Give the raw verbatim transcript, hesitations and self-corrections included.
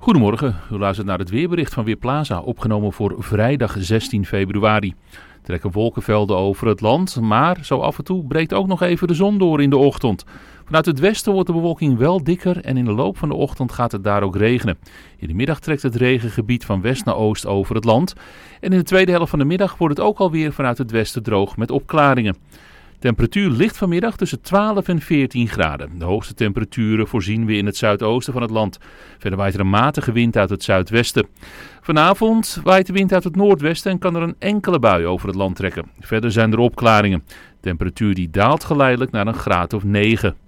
Goedemorgen, u luistert naar het weerbericht van Weerplaza, opgenomen voor vrijdag zestien februari. Er trekken wolkenvelden over het land, maar zo af en toe breekt ook nog even de zon door in de ochtend. Vanuit het westen wordt de bewolking wel dikker en in de loop van de ochtend gaat het daar ook regenen. In de middag trekt het regengebied van west naar oost over het land. En in de tweede helft van de middag wordt het ook alweer vanuit het westen droog met opklaringen. Temperatuur ligt vanmiddag tussen twaalf en veertien graden. De hoogste temperaturen voorzien we in het zuidoosten van het land. Verder waait er een matige wind uit het zuidwesten. Vanavond waait de wind uit het noordwesten en kan er een enkele bui over het land trekken. Verder zijn er opklaringen. De temperatuur die daalt geleidelijk naar een graad of negen.